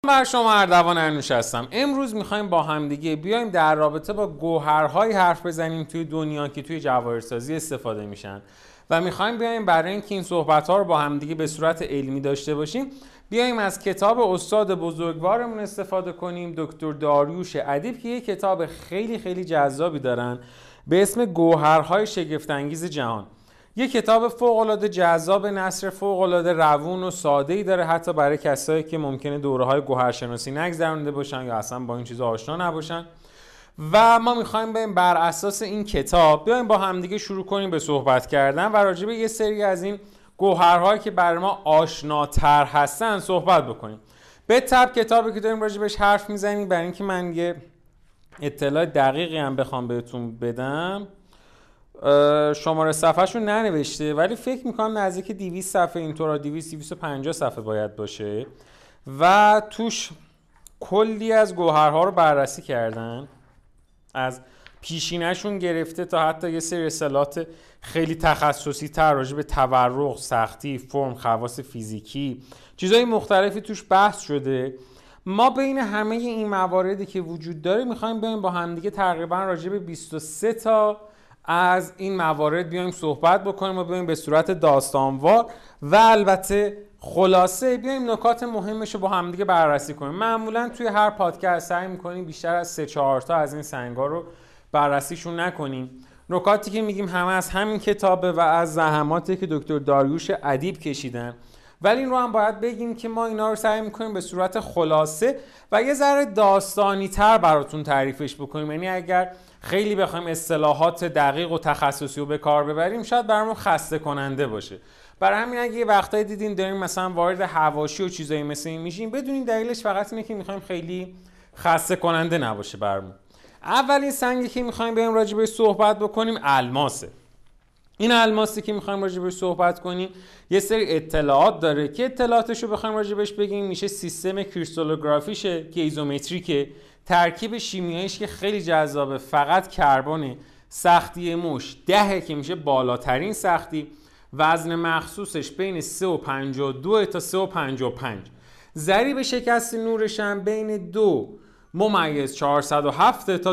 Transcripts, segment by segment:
بر شما اردوان انوش هستم. امروز میخوایم با همدیگه بیایم در رابطه با گوهرهای حرف بزنیم توی دنیا که توی جواهرسازی استفاده میشن و میخوایم بیایم برای اینکه این صحبت‌ها رو با همدیگه به صورت علمی داشته باشیم بیایم از کتاب استاد بزرگوارمون استفاده کنیم، دکتر داریوش ادیب، که یه کتاب خیلی خیلی جذابی دارن به اسم گوهرهای شگفت‌انگیز جهان. یه کتاب فوق‌العاده جذاب، نثر فوق‌العاده روون و ساده‌ای داره، حتی برای کسایی که ممکنه دوره‌های گوهرشناسی نگذرونده باشن یا اصلا با این چیزا آشنا نباشن. و ما می‌خوایم بریم بر اساس این کتاب بیایم با همدیگه شروع کنیم به صحبت کردن و راجع به یه سری از این گوهرهایی که برای ما آشناتر هستن صحبت بکنیم. به تبع کتابی که داریم راجع بهش حرف میزنیم، برای اینکه من یه اطلاع دقیقی هم بخوام بهتون بدم، شماره صفحه‌شو ننوشته ولی فکر میکنم نزدیک 200 صفحه اینطورا 250 صفحه باید باشه و توش کلی از گوهرها رو بررسی کردن، از پیشینه‌شون گرفته تا حتی یه سری اصطلاحات خیلی تخصصی تر راجع به تورق، سختی، فرم، خواص فیزیکی، چیزهای مختلفی توش بحث شده. ما بین همه این مواردی که وجود داره میخوایم بیایم با همدیگه تقریبا راجع به 23 تا از این موارد بیایم صحبت بکنیم و بیایم به صورت داستانوار و البته خلاصه بیایم نکات مهمش رو با همدیگه بررسی کنیم. معمولا توی هر پادکست سعی میکنیم بیشتر از 3-4 تا از این سنگا رو بررسیشون نکنیم. نکاتی که میگیم همه از همین کتابه و از زحماتی که دکتر داریوش ادیب کشیدن، ولی این رو هم باید بگیم که ما اینا رو سعی میکنیم به صورت خلاصه و یه ذره داستانی تر براتون تعریفش بکنیم. یعنی اگر خیلی بخوایم اصطلاحات دقیق و تخصصی رو به کار ببریم شاید برامون خسته کننده باشه. برای همین اگه یه وقتایی دیدین داریم مثلا وارد حواشی و چیزایی مثل این میشیم، بدونین دلیلش فقط اینه که میخوایم خیلی خسته کننده نباشه برامون. اولین سنگی که میخوایم بریم راجع بهش صحبت بکنیم الماسه. این الماسی که میخوایم راجع بهش صحبت کنیم یه سری اطلاعات داره که اطلاعاتش رو بخوایم راجع بهش بگیم میشه سیستم کریستالوگرافیشه که ایزومتریکه، ترکیب شیمیاییش که خیلی جذابه، فقط کربن، سختی مش 10 که میشه بالاترین سختی، وزن مخصوصش بین 3.52 تا 3.55، ضریب شکست نورش هم بین 2.407 تا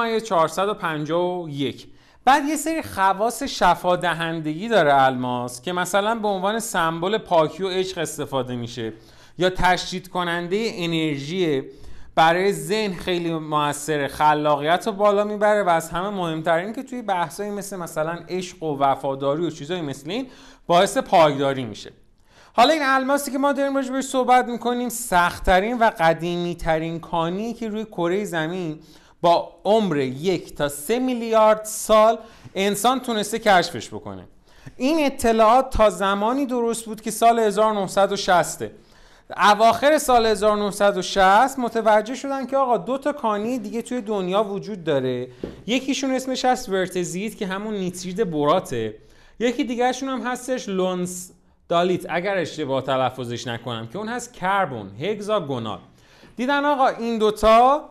2.451. بعد یه سری خواص شفا دهندگی داره الماس که مثلا به عنوان سمبل پاکی و عشق استفاده میشه یا تشدید کننده انرژی، برای ذهن خیلی موثره، خلاقیت رو بالا میبره و از همه مهمتر این که توی بحثایی مثلا عشق و وفاداری و چیزایی مثل این باعث پایداری میشه. حالا این الماسی که ما داریم راجع بهش صحبت میکنیم سخت‌ترین و قدیمی‌ترین کانی که روی کره زمین با عمر 1 تا 3 میلیارد سال انسان تونسته کشفش بکنه. این اطلاعات تا زمانی درست بود که سال 1960 اواخر سال 1960 متوجه شدن که آقا 2 تا کانی دیگه توی دنیا وجود داره. یکیشون اسمش هست ورتزیت که همون نیترید براته، یکی دیگهشون هم هستش لونس دالیت اگر اشتباه تلفظش نکنم که اون هست کربن هگزاگونال. دیدن آقا این دوتا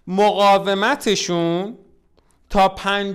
مقاومتشون تا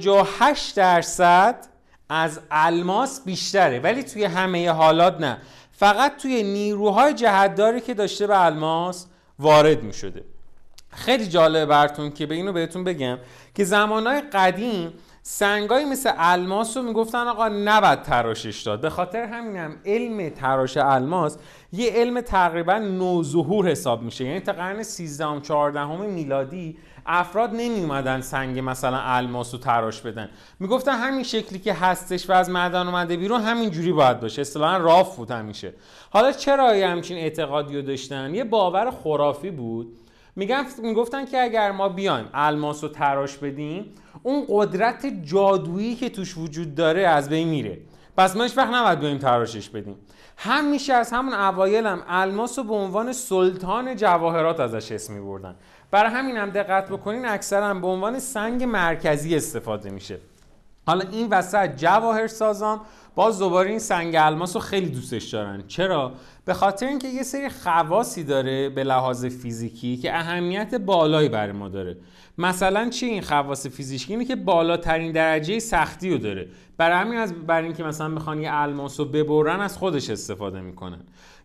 58% از الماس بیشتره، ولی توی همه حالات نه، فقط توی نیروهای جهتداری که داشته به الماس وارد می شده. خیلی جالبه براتون که به اینو بهتون بگم که زمانهای قدیم سنگایی مثل الماس رو میگفتن آقا نباید تراشش داد. به خاطر همینم علم تراش الماس یه علم تقریبا نوظهور حساب میشه. یعنی تا قرن 13 و 14 میلادی افراد نمی اومدن سنگ مثلا الماس رو تراش بدن، میگفتن همین شکلی که هستش و از معدن اومده بیرون همین جوری باید باشه، اصطلاحاً راف بود همیشه. حالا چرا همچین اعتقادی رو داشتن؟ یه باور خرافی بود. میگفتن که اگر ما بیایم الماس رو تراش بدیم اون قدرت جادویی که توش وجود داره از بین میره، پس ما هیچ وقت نباید بیایم تراشش بدیم. همیشه از همون اوایل هم الماس رو به عنوان سلطان جواهرات ازش اسم میبردن. برای همین هم دقت بکنین اکثرا به عنوان سنگ مرکزی استفاده میشه. حالا این وسط جواهر سازان باز دوباره این سنگ الماس رو خیلی دوستش دارن. چرا؟ به خاطر اینکه یه سری خواصی داره به لحاظ فیزیکی که اهمیت بالایی برای ما داره. مثلا چی این خواص فیزیکی؟ اینه که بالاترین درجه سختی رو داره. برای همین برای اینکه مثلا میخوان یه الماس رو ببرن از خودش استفاده میکنن.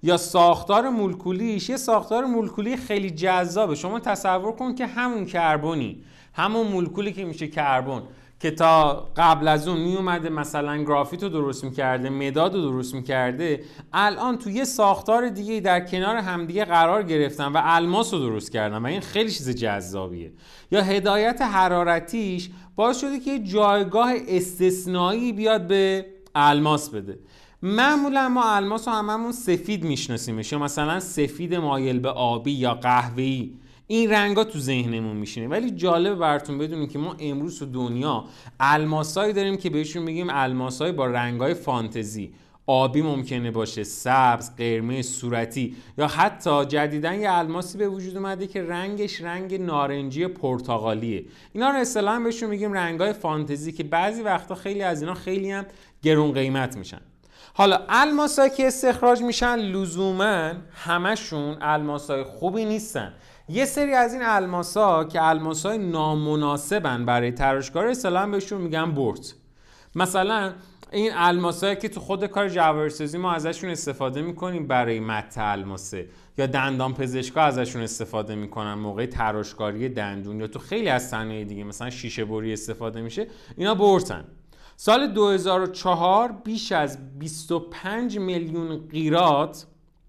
یا ساختار مولکولیش یه ساختار مولکولی خیلی جذابه. شما تصور کن که همون کربنی، همون مولکولی که میشه کربن، که تا قبل از اون می اومده مثلا گرافیت رو درست میکرده، مداد رو درست میکرده، الان تو یه ساختار دیگه در کنار همدیگه قرار گرفتن و الماس رو درست کردن و این خیلی چیز جذابیه. یا هدایت حرارتیش باعث شده که یه جایگاه استثنایی بیاد به الماس بده. معمولا ما الماس رو هممون سفید میشناسیمش، یا مثلا سفید مایل به آبی یا قهوه‌ای، این رنگا تو ذهنمون میشینه. ولی جالب براتون بدونید که ما امروز تو دنیا الماسایی داریم که بهشون میگیم الماسای با رنگای فانتزی. آبی ممکنه باشه، سبز، قرمز، صورتی، یا حتی جدیداً یه الماسی به وجود اومده که رنگش رنگ نارنجی پرتقالیه. اینا رو اصطلاحاً بهشون میگیم رنگای فانتزی که بعضی وقتا خیلی از اینا خیلی هم گرون قیمت میشن. حالا الماسایی که استخراج میشن لزوماً همشون الماسای خوبی نیستن. یه سری از این الماسا که الماسای نامناسبن برای تراشکاری، اصطلاحاً بهشون میگن بورت. مثلا این الماسایی که تو خود کار جواهرسازی ما ازشون استفاده میکنیم برای مت الماسه، یا دندان پزشکا ازشون استفاده میکنن موقع تراشکاری دندون، یا تو خیلی از صنایع دیگه مثلا شیشه بری استفاده میشه، اینا بورتن. سال 2004 بیش از 25 میلیون قیراط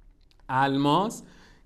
الماس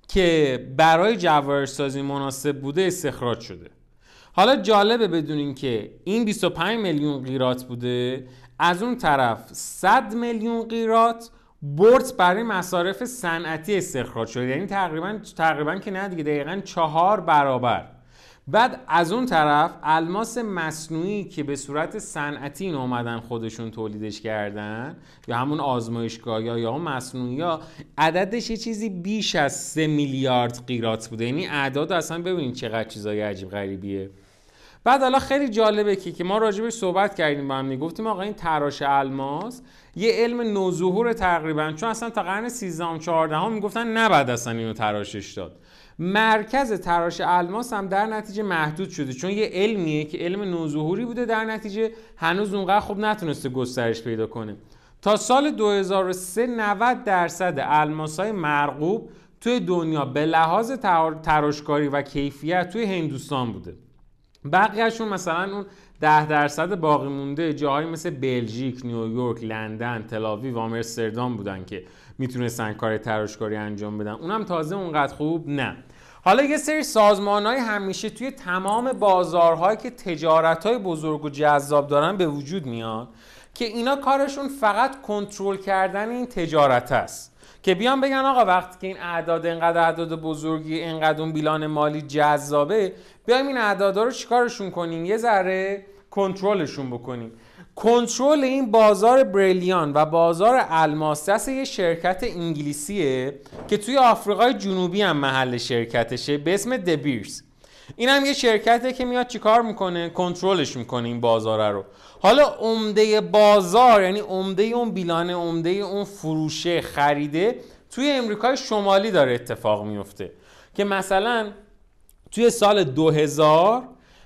که برای جواهرسازی مناسب بوده استخراج شده. حالا جالبه بدونین که این 25 میلیون قیراط بوده، از اون طرف 100 میلیون قیراط بورت برای مصارف صنعتی استخراج شده، یعنی تقریبا که نه دیگه، دقیقاً 4 برابر. بعد از اون طرف الماس مصنوعی که به صورت صنعتی این اومدن خودشون تولیدش کردن، یا همون آزمایشگاه یا اون مصنوعی ها، عددش یه چیزی بیش از 3 میلیارد قیراط بوده. یعنی اعداد اصلا ببینید چقدر چیزای عجیب غریبیه. بعد حالا خیلی جالبه که ما راجبش صحبت کردیم با هم، گفتیم آقا این تراش الماس یه علم نوظهور تقریبا، چون اصلا تا قرن 13 14 میگفتن نباید اصلا اینو تراشش داد. مرکز تراش الماس هم در نتیجه محدود شده، چون یه علمیه که علم نوظهوری بوده، در نتیجه هنوز اونقدر خوب نتونسته گسترش پیدا کنه. تا سال 2003 90% الماسای مرغوب توی دنیا به لحاظ تراشکاری و کیفیت توی هندوستان بوده. بقیه‌شون مثلا اون 10% باقی مونده جاهایی مثل بلژیک، نیویورک، لندن، تل‌آویو و آمستردام بودن که میتونستن کار تراشکاری انجام بدن. اونم تازه اونقدر خوب نه. حالا یه سری سازمان‌های همیشه توی تمام بازارهایی که تجارت‌های بزرگ و جذاب دارن به وجود میاد که اینا کارشون فقط کنترل کردن این تجارت است، که بیان بگن آقا وقتی که این اعداد اینقدر اعداد بزرگی، اینقدر اون بیلان مالی جذابه، بیایم این اعدادا رو چیکارشون کنیم؟ یه ذره کنترلشون بکنیم. کنترل این بازار بریلیان و بازار الماس دست یه شرکت انگلیسیه که توی آفریقای جنوبی هم محل شرکتشه به اسم دبیرز. این هم یه شرکته که میاد چیکار میکنه؟ کنترلش میکنه این بازار رو. حالا عمده بازار، یعنی عمده اون بیلانه، عمده اون فروشه، خریده توی امریکای شمالی داره اتفاق میفته، که مثلا توی سال 2000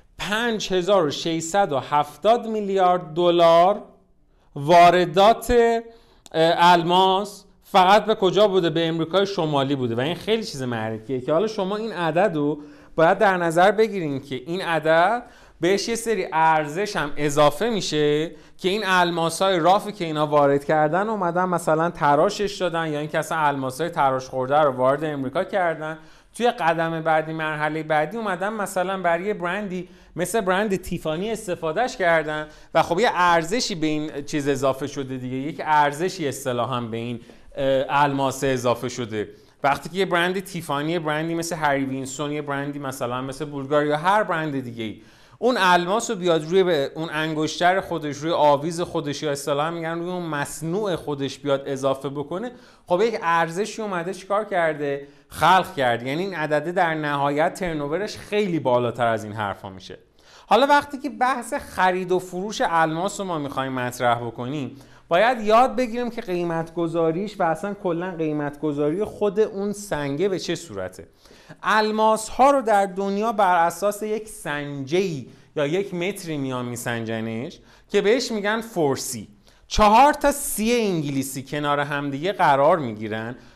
5670 میلیارد دلار واردات الماس فقط به کجا بوده؟ به امریکای شمالی بوده. و این خیلی چیز معرکیه که حالا شما این عدد رو باید در نظر بگیرین که این عدد بهش یه سری ارزش هم اضافه میشه که این الماسای رافی که اینا وارد کردن اومدن مثلا تراشش دادن، یا اینکه اصلا الماسای تراش خورده رو وارد امریکا کردن. توی قدم بعدی، مرحله بعدی اومدن مثلا برای یه برندی مثل برند تیفانی استفادهش کردن و خب یه ارزشی به این چیز اضافه شده دیگه، یک ارزشی اصطلاحاً به این الماس اضافه شده. وقتی که یه برند تیفانی، برندی مثل هری وینستون، یه برندی مثلا مثل بولگار یا هر برند دیگه اون الماس رو بیاد روی به اون انگشتر خودش، روی آویز خودش، یا اصطلاحاً میگن روی اون مصنوع خودش بیاد اضافه بکنه، خب یک ارزشی اومده چیکار کرده؟ خلق کرد. یعنی این عدده در نهایت ترنوورش خیلی بالاتر از این حرفا میشه. حالا وقتی که بحث خرید و فروش الماس رو ما میخوایم مطرح بکنیم، باید یاد بگیریم که قیمت گذاریش و اصلا کلا قیمت گذاری خود اون سنگه به چه صورته. الماس ها رو در دنیا بر اساس یک سنجه‌ای یا یک متری میان میسنجنش که بهش میگن فورسی. 4 تا سی انگلیسی کنار همدیگه قرار میگیرن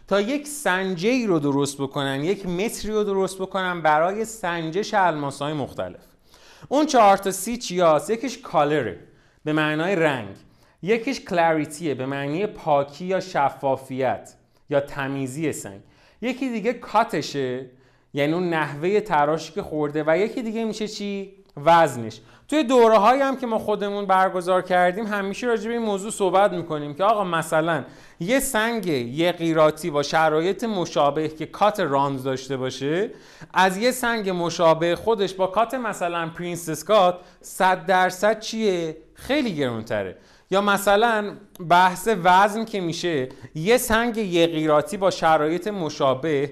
تا یک سنجه‌ای رو درست بکنن، یک متری رو درست بکنن برای سنجش الماس‌های مختلف. اون 4 تا سی چیاست؟ یکیش کالره به معنای رنگ، یکیش کلاریتیه به معنی پاکی یا شفافیت یا تمیزی سنگ، یکی دیگه کاتشه یعنی اون نحوه تراشی که خورده، و یکی دیگه میشه چی؟ وزنش. توی دوره هایی هم که ما خودمون برگزار کردیم همیشه راجع به این موضوع صحبت میکنیم که آقا مثلا یه سنگ یه قیراطی با شرایط مشابه که کات رانز داشته باشه از یه سنگ مشابه خودش با کات مثلا پرنسس کات 100% چیه؟ خیلی گرونتره. یا مثلا بحث وزن که میشه، یه سنگ یه قیراطی با شرایط مشابه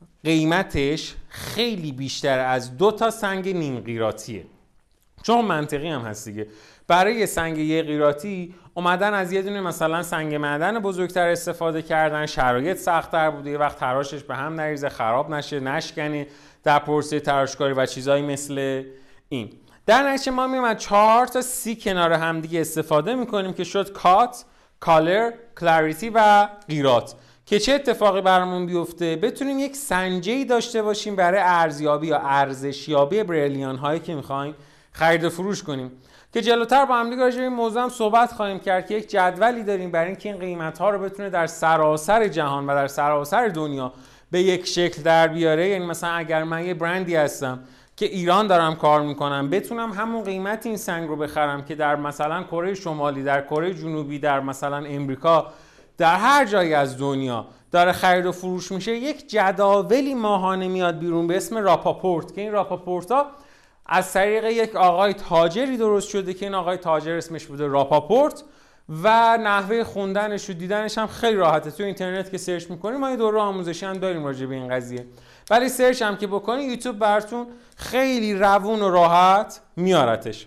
قیمتش خیلی بیشتر از 2 تا سنگ نیم قیراطیه. چون منطقی هم هست دیگه. برای یه سنگ یه قیراطی اومدن از یه دونه مثلا سنگ معدن بزرگتر استفاده کردن، شرایط سخت‌تر بوده، یه وقت تراشش به هم نریزه، خراب نشه، نشکنه در پروسه تراشکاری و چیزایی مثل این. در نتیجه ما میایم از 4 تا سی کنار هم دیگه استفاده میکنیم که شد کات، کالر، کلاریتی و قیراط. که چه اتفاقی برامون بیفته؟ بتونیم یک سنجه‌ای داشته باشیم برای ارزیابی یا ارزشیابی بریلیان هایی که میخوایم خرید و فروش کنیم. که جلوتر با هم دیگه راجع به این موضوع هم صحبت خواهیم کرد که یک جدولی داریم برای اینکه این قیمت ها رو بتونه در سراسر جهان و در سراسر دنیا به یک شکل در بیاره. یعنی مثلا اگر من یه برندی هستم که ایران دارم کار میکنم، بتونم همون قیمت این سنگ رو بخرم که در مثلا کره شمالی، در کره جنوبی، در مثلا امریکا، در هر جایی از دنیا داره خرید و فروش میشه. یک جداولی ماهانه میاد بیرون به اسم راپاپورت که این راپاپورت ها از طریق یک آقای تاجری درست شده که این آقای تاجر اسمش بوده راپاپورت و نحوه خوندنش و دیدنش هم خیلی راحته. تو اینترنت که سرچ میکنیم، ما یه دوره آموزشی هم داریم راجع به این قضیه، ولی سرچ هم که بکنید یوتیوب براتون خیلی روون و راحت میارتش.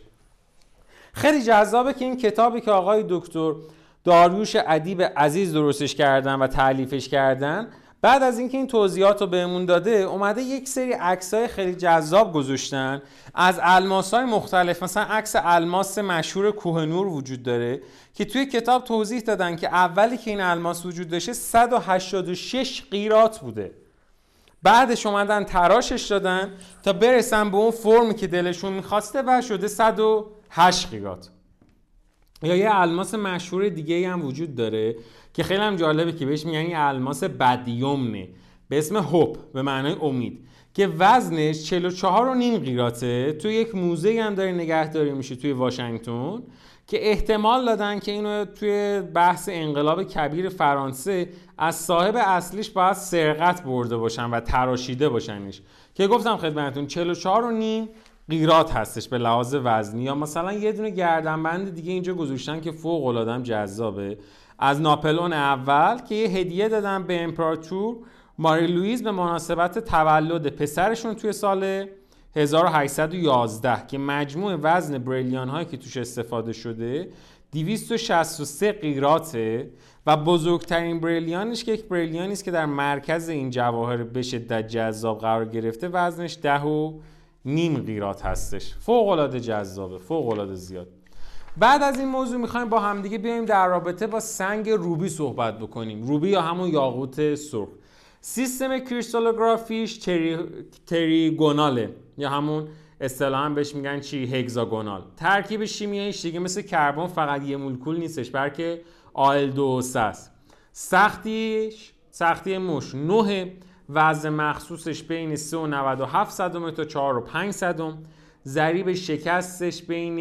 خیلی جذابه که این کتابی که آقای دکتر داریوش ادیب عزیز درستش کردن و تالیفش کردن، بعد از اینکه این توضیحات رو بهمون داده اومده یک سری عکسای خیلی جذاب گذاشتن از الماس‌های مختلف. مثلا عکس الماس مشهور کوه نور وجود داره که توی کتاب توضیح دادن که اولی که این الماس وجود داشته 186 قیراط بوده، بعدش اومدن تراشش دادن تا برسن به اون فرمی که دلشون میخواسته و شده 108 قیراط. یا یه الماس مشهور دیگه هم وجود داره که خیلی هم جالبه که بهش میگن این الماس بدیومنه به اسم هوپ به معنای امید که وزنش 44.5 قیراطه. توی یک موزه هم داره نگهداری میشه توی واشنگتن که احتمال دادن که اینو توی بحث انقلاب کبیر فرانسه از صاحب اصلیش باید سرقت برده باشن و تراشیده باشنش، که گفتم خدمتتون 44.5 قیراط هستش به لحاظ وزنی. یا مثلا یه دونه گردنبند دیگه اینجا گذاشتن که فوق العاده جذابه از ناپلئون اول که یه هدیه دادن به امپراتور ماری لوئیس به مناسبت تولد پسرشون توی سال 1811 که مجموع وزن بریلیان هایی که توش استفاده شده 263 قیراطه و بزرگترین بریلیانش که یک بریلیانی است که در مرکز این جواهر به شدت جذاب قرار گرفته وزنش 10.5 قیراط هستش. فوق العاده جذابه، فوق العاده زیاد. بعد از این موضوع میخوایم با همدیگه بیایم در رابطه با سنگ روبی صحبت بکنیم. روبی یا همون یاقوت سرخ. سیستم کریستالوگرافیش تریگوناله یا همون اصطلاحاً بهش میگن چی؟ هگزاگونال. ترکیب شیمیاییش دیگه مثل کربن فقط یه مولکول نیستش بلکه Al2O3 است. سختی مش 9، وزن مخصوصش بین 3.97 تا 4.5 ضریب شکستش بین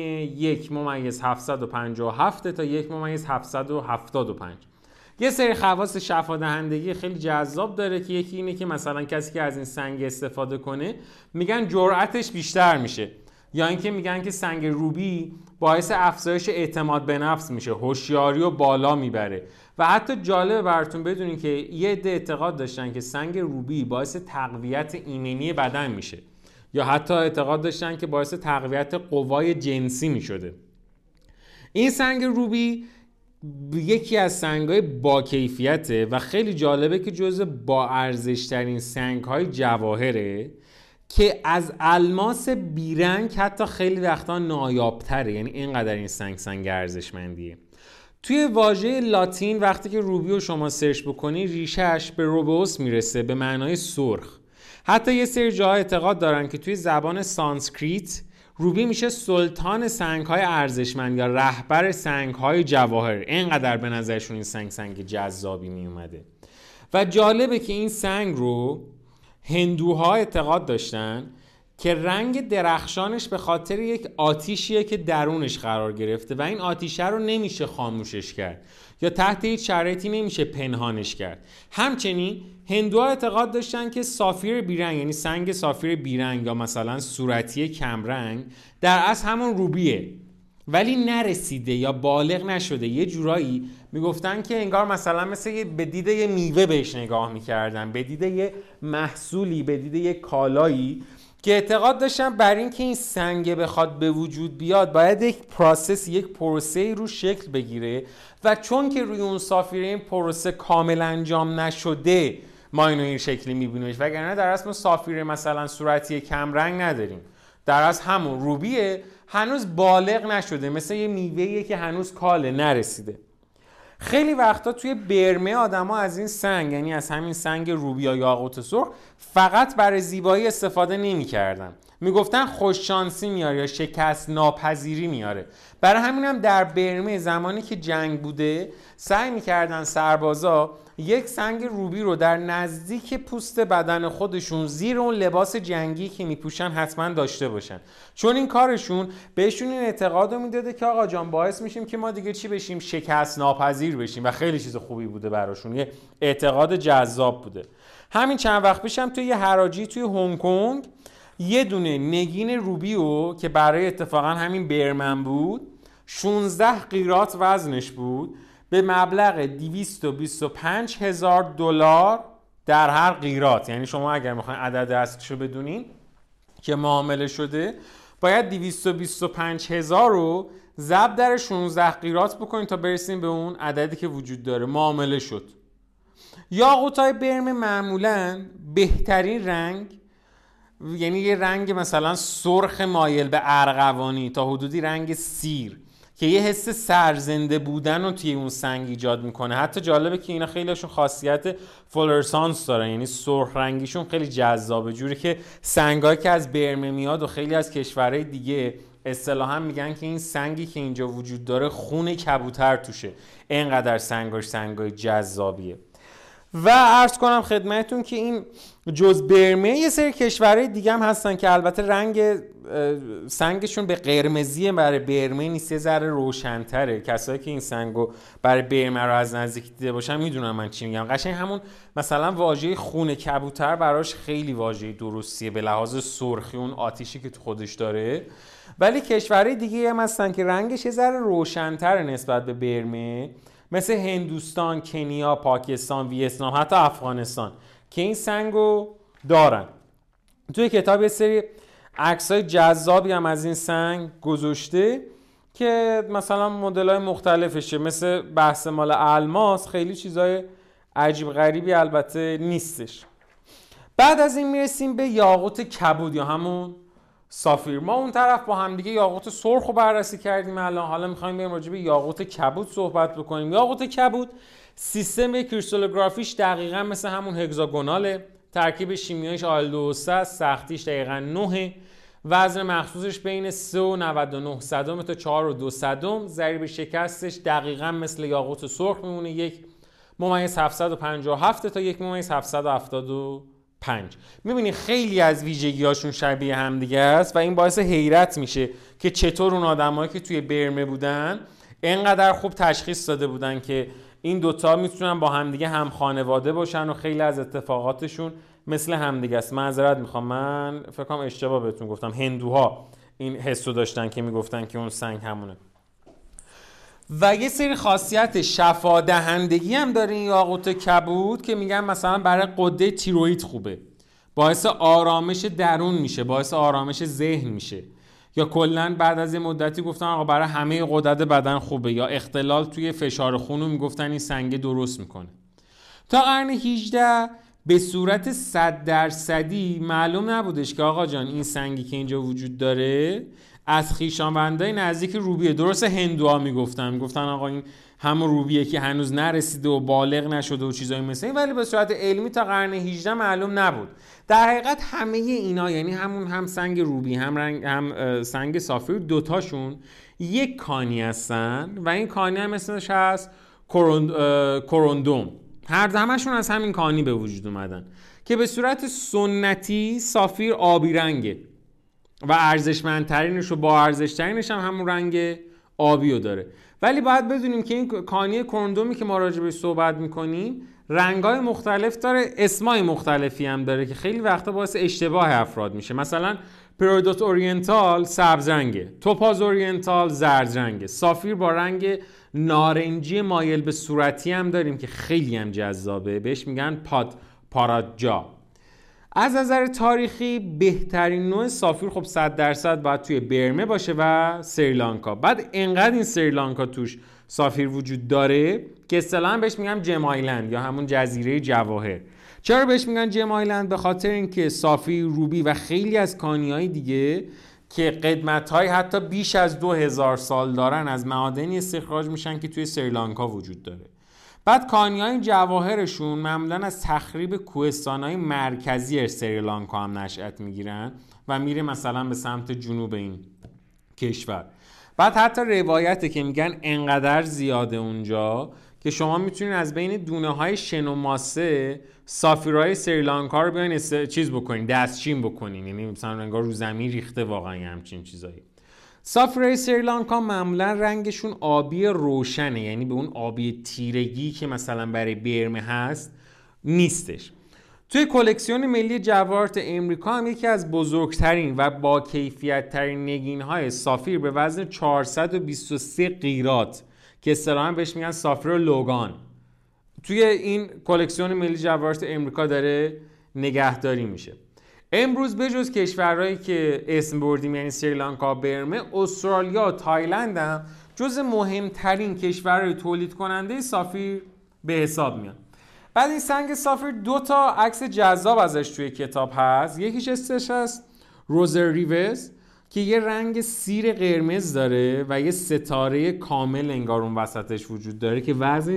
1.757 تا 1.775. یه سری خواص شفادهندگی خیلی جذاب داره که یکی اینه که مثلا کسی که از این سنگ استفاده کنه میگن جرأتش بیشتر میشه، یا اینکه میگن که سنگ روبی باعث افزایش اعتماد به نفس میشه، هوشیاری رو بالا میبره. و حتی جالبه براتون بدونین که یه عده اعتقاد داشتن که سنگ روبی باعث تقویت ایمنی بدن میشه، یا حتی اعتقاد داشتن که باعث تقویت قوای جنسی میشده. این سنگ روبی یکی از سنگ‌های با کیفیته و خیلی جالبه که جزو با ارزش‌ترین سنگ‌های جواهره که از الماس بیرنگ حتی خیلی وقتا نایاب‌تره. یعنی اینقدر این سنگ ارزشمندیه. توی واژه لاتین وقتی که روبی رو شما سرچ بکنی ریشهش به روبوس میرسه، به معنای سرخ. حتی یه سری جاها اعتقاد دارن که توی زبان سانسکریت روبی میشه سلطان سنگ‌های ارزشمند یا رهبر سنگ‌های جواهر. اینقدر به نظرشون این سنگ جذابی میومده. و جالبه که این سنگ رو هندوها اعتقاد داشتن که رنگ درخشانش به خاطر یک آتیشیه که درونش قرار گرفته و این آتیشه رو نمیشه خاموشش کرد یا تحت هیچ شرایطی نمیشه پنهانش کرد. همچنین هندوها اعتقاد داشتن که سافیر بیرنگ، یعنی سنگ سافیر بیرنگ یا مثلا صورتی کمرنگ، در اصل همون روبیه ولی نرسیده یا بالغ نشده. یه جورایی میگفتن که انگار مثلا مثل به دید یه میوه بهش نگاه میکردن، به دید یه محصولی، به دید یه کالایی که اعتقاد داشتن بر این که این سنگ بخواد به وجود بیاد باید یک پروسه رو شکل بگیره و چون که روی اون سافیره این پروسه کامل انجام نشده ما اینو این شکلی میبینیمش، وگرنه در اصل سافیره مثلا صورتی کمرنگ نداریم، در اصل همون روبیه، هنوز بالغ نشده، مثل یه میوه‌ایه که هنوز کاله نرسیده. خیلی وقتا توی برمه آدما از این سنگ، یعنی از همین سنگ روبی یا یاقوت سرخ، فقط برای زیبایی استفاده نمی‌کردن. میگفتن خوششانسی میاره یا شکست ناپذیری میاره. برای همینم در برمه زمانی که جنگ بوده سعی می‌کردن سربازا یک سنگ روبی رو در نزدیک پوست بدن خودشون زیر اون لباس جنگی که میپوشن حتما داشته باشن، چون این کارشون بهشون این اعتقاد رو میداده که آقا جان باعث میشیم که ما دیگه چی بشیم، شکست ناپذیر بشیم و خیلی چیز خوبی بوده براشون، یه اعتقاد جذاب بوده. همین چند وقت پیشم توی یه حراجی توی هنگ کنگ یه دونه نگین روبیو که برای اتفاقا همین برمن بود 16 قیرات وزنش بود به مبلغ $225,000 در هر قیرات. یعنی شما اگر میخواین عدد اصلیشو بدونین که معامله شده باید 225,000 رو ضرب در 16 قیرات بکنین تا برسیم به اون عددی که وجود داره. معامله شد. یاقوتای برمه معمولاً بهترین رنگ، یعنی یه رنگ مثلا سرخ مایل به ارغوانی تا حدودی رنگ سیر که یه حس سرزنده بودن رو توی اون سنگ ایجاد میکنه. حتی جالبه که اینا خیلیشون خاصیت فلورسانس دارن، یعنی سرخ رنگیشون خیلی جذابه، جوری که سنگایی که از برمه میاد و خیلی از کشورهای دیگه اصطلاحاً میگن که این سنگی که اینجا وجود داره خون کبوتر توشه، اینقدر سنگای جذابیه. و عرض کنم خدمتتون که این جز برمه یه سری کشورهای دیگه هم هستن که البته رنگ سنگشون به قرمزیه، برای برمه نیست، یه ذره روشن‌تره. کسایی که این سنگو برای برمه رو از نزدیک دیده باشن میدونن من چی میگم. قشنگ همون مثلا واژه خون کبوتر براش خیلی واژه درستیه به لحاظ سرخی، اون آتیشی که تو خودش داره. ولی کشورهای دیگه هم هستن که رنگش یه ذره روشن‌تره نسبت به برمه، مثل هندوستان، کنیا، پاکستان، ویتنام، حتی افغانستان که این سنگو دارن. توی کتاب یه سری عکسای جذابی هم از این سنگ گذاشته که مثلا مدل‌های مختلفشه، مثل بحث مال الماس، خیلی چیزای عجیب غریبی البته نیستش. بعد از این میرسیم به یاقوت کبود یا همون سافیر. ما اون طرف با هم دیگه یاقوت سرخ رو بررسی کردیم، حالا می‌خوایم بریم راجع به یاقوت کبود صحبت بکنیم. یاقوت کبود سیستم کریستالوگرافیش دقیقاً مثل همون هگزاگوناله، ترکیب شیمیاییش آلدوسه است، سختیش دقیقاً 9، وزن مخصوصش بین 3.99 تا 4.2، ضریب شکستش دقیقاً مثل یاقوت سرخ میمونه، 1.757 تا 1.775. میبینی خیلی از ویژگی‌هاشون شبیه هم دیگه است و این باعث حیرت میشه که چطور اون آدمایی که توی برمه بودن اینقدر خوب تشخیص داده بودن که این دوتا میتونن با همدیگه هم خانواده باشن و خیلی از اتفاقاتشون مثل همدیگه است. معذرت میخوام، من فکر کنم اشتباه بهتون گفتم، هندوها این حسو داشتن که میگفتن که اون سنگ همونه. و یه سری خاصیت شفا دهندگی هم داره این یاقوت کبود که میگن مثلا برای غده تیروئید خوبه، باعث آرامش درون میشه، باعث آرامش ذهن میشه، یا کلا بعد از یه مدتی گفتن آقا برای همه غدد بدن خوبه، یا اختلال توی فشار خون رو میگفتن این سنگ درست میکنه. تا قرن 18 به صورت 100% معلوم نبودش که آقا جان این سنگی که اینجا وجود داره از خویشاوندای نزدیک روبیه، درست هندوها میگفتن آقا این همون روبیه که هنوز نرسیده و بالغ نشده و چیزایی مثل این، ولی به صورت علمی تا قرن 18 معلوم نبود. در حقیقت همه اینا، یعنی همون هم سنگ روبی هم سنگ سافیر، دوتاشون یک کانی هستن و این کانی هم اسمش هست کوروندوم. همشون از همین کانی به وجود اومدن که به صورت سنتی سافیر آبی رنگه و ارزشمندترینش و با ارزشترینش هم همون رنگ آبی رو داره. ولی باید بدونیم که این کانی کوروندومی که ما راجع بهش صحبت میکنیم رنگ‌های مختلف داره، اسمای مختلفی هم داره که خیلی وقتا باعث اشتباه افراد میشه. مثلا پرودوت اورینتال سبز رنگه، توپاز اورینتال زرد رنگه، سافیر با رنگ نارنجی مایل به صورتی هم داریم که خیلی هم جذابه، بهش میگن پارادجا. از نظر تاریخی بهترین نوع سافیر خب 100% باید توی برمه باشه و سریلانکا. بعد انقدر این سریلانکا توش سافیر وجود داره که اصطلاحاً بهش میگم جم آیلند یا همون جزیره جواهر. چرا بهش میگن جم آیلند؟ به خاطر اینکه سافیر، روبی و خیلی از کانی‌های دیگه که قدمت‌های حتی بیش از 2000 سال دارن از معادنی استخراج میشن که توی سریلانکا وجود داره. بعد کانی‌های جواهرشون معمولاً از تخریب کوهستان‌های مرکزی سریلانکا هم نشأت میگیرن و میره مثلا به سمت جنوب این کشور. بعد حتی روایته که میگن انقدر زیاده اونجا که شما میتونین از بین دونه‌های شن و ماسه سافیرهای سریلانکا رو بیاین چیز بکنین، دستچین بکنین، یعنی مثلا انگار رو زمین ریخته واقعا همچین چیزایی. سافیرهای سریلانکا معمولا رنگشون آبی روشنه، یعنی به اون آبی تیرگی که مثلا برای برمه هست نیستش. توی کلکسیون ملی جواهرات امریکا هم یکی از بزرگترین و با کیفیت ترین نگین‌های سافیر به وزن 423 قیراط که اصطلاحاً بهش میگن سافیر لوگان توی این کلکسیون ملی جواهرات امریکا داره نگهداری میشه. امروز بجز کشورهایی که اسم بردیم یعنی سریلانکا، برمه، استرالیا، تایلند هم جز مهمترین کشورهای تولید کننده سافیر به حساب میاد. بعد این سنگ سافیر 2 تا عکس جذاب ازش توی کتاب هست. یکیش اسمش هست روزر ریوز که یه رنگ سیر قرمز داره و یه ستاره کامل انگار اون وسطش وجود داره که وزنش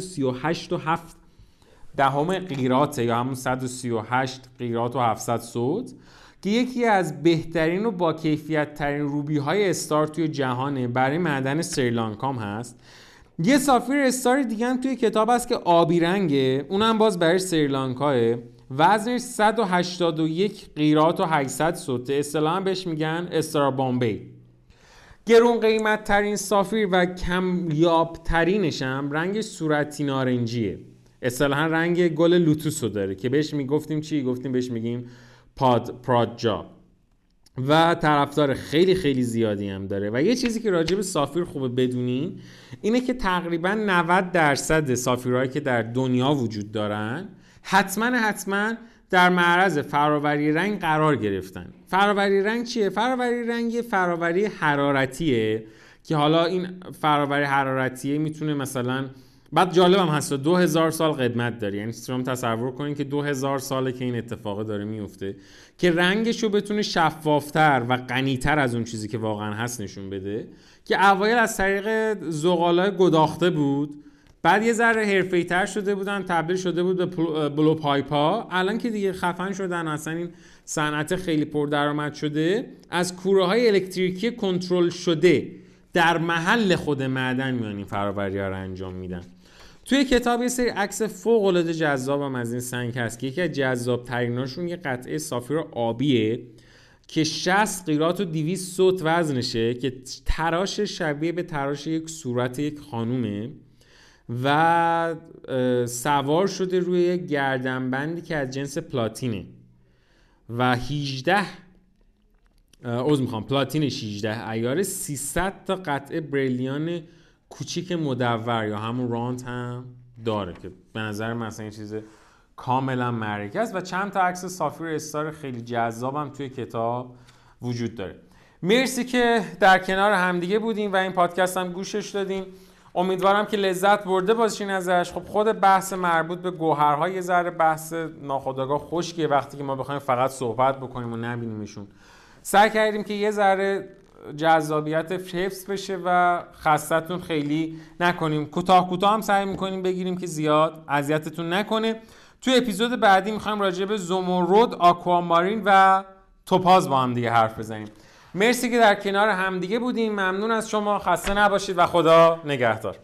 138.7 قیراطه یا همون 138 قیراط و 700 سود که یکی از بهترین و با کیفیت ترین روبی های استار توی جهانه. برای معدن سریلانکام هست. یه سافیر استار دیگه هم توی کتاب هست که آبی رنگه، اونم باز برای سریلانکاه، وزنش 181 قیراط و 800 سوته، اصطلاحاً بهش میگن استار بامبی. گرون قیمت ترین سافیر و کمیاب ترینش هم رنگ صورتی نارنجیه، اصطلاحاً رنگ گل لوتوسو داره که بهش میگفتیم چی؟ گفتیم بهش میگیم پارادجا و طرفدار خیلی خیلی زیادی هم داره. و یه چیزی که راجع به سافیر خوبه بدونین اینه که تقریباً 90% سافیرهایی که در دنیا وجود دارن حتما در معرض فراوری رنگ قرار گرفتن. فراوری رنگ چیه؟ فراوری رنگ فراوری حرارتیه که حالا این فراوری حرارتیه میتونه مثلا، بعد جالب هم هست، 2000 سال قدمت داره. یعنی شما تصور کنین که 2000 ساله که این اتفاق داره میفته که رنگش رو بتونه شفافتر و غنی‌تر از اون چیزی که واقعا هست نشون بده، که اوایل از طریق زغالای گداخته بود، بعد یه ذره حرفه‌ای‌تر شده بودن، تبدیل شده بود به بلو پایپا، الان که دیگه خفن شدن اصلا این صنعت خیلی پردرآمد شده، از کوره‌های الکتریکی کنترل شده در محل خود معدن میان این فراوری‌ها رو انجام میدن. توی کتاب یه سری عکس فوق‌العاده جذابم از این سنگ هست که یکی از جذاب‌تریناشون یه قطعه سافیر آبیه که 60 قیراط و 200 سوت وزنشه که تراش شبیه به تراش یک صورت یک خانومه و سوار شده روی یک گردنبندی که از جنس پلاتینه و پلاتین 16 عیار 300 تا قطعه بریلیان کوچیک مدور یا همون رانت هم داره که به نظر من اصلا این چیز کاملا معرکه است. و چند تا عکس سافیر استار خیلی جذابم توی کتاب وجود داره. مرسی که در کنار همدیگه بودیم و این پادکست هم گوشش دادین. امیدوارم که لذت برده باشین ازش. خب خود بحث مربوط به گوهرها یه ذره بحث ناخودآگاه خشکیه وقتی که ما بخوایم فقط صحبت بکنیم و نبینیمشون. سعی کردیم که یه ذره جذابیت حفظ بشه و خستتون خیلی نکنیم. کوتاه هم سعی میکنیم بگیریم که زیاد اذیتتون نکنه. توی اپیزود بعدی میخوایم راجع به زمرد، آکوامارین و توپاز با هم دیگه حرف بزنیم. مرسی که در کنار همدیگه بودیم. ممنون از شما. خسته نباشید و خدا نگهدار.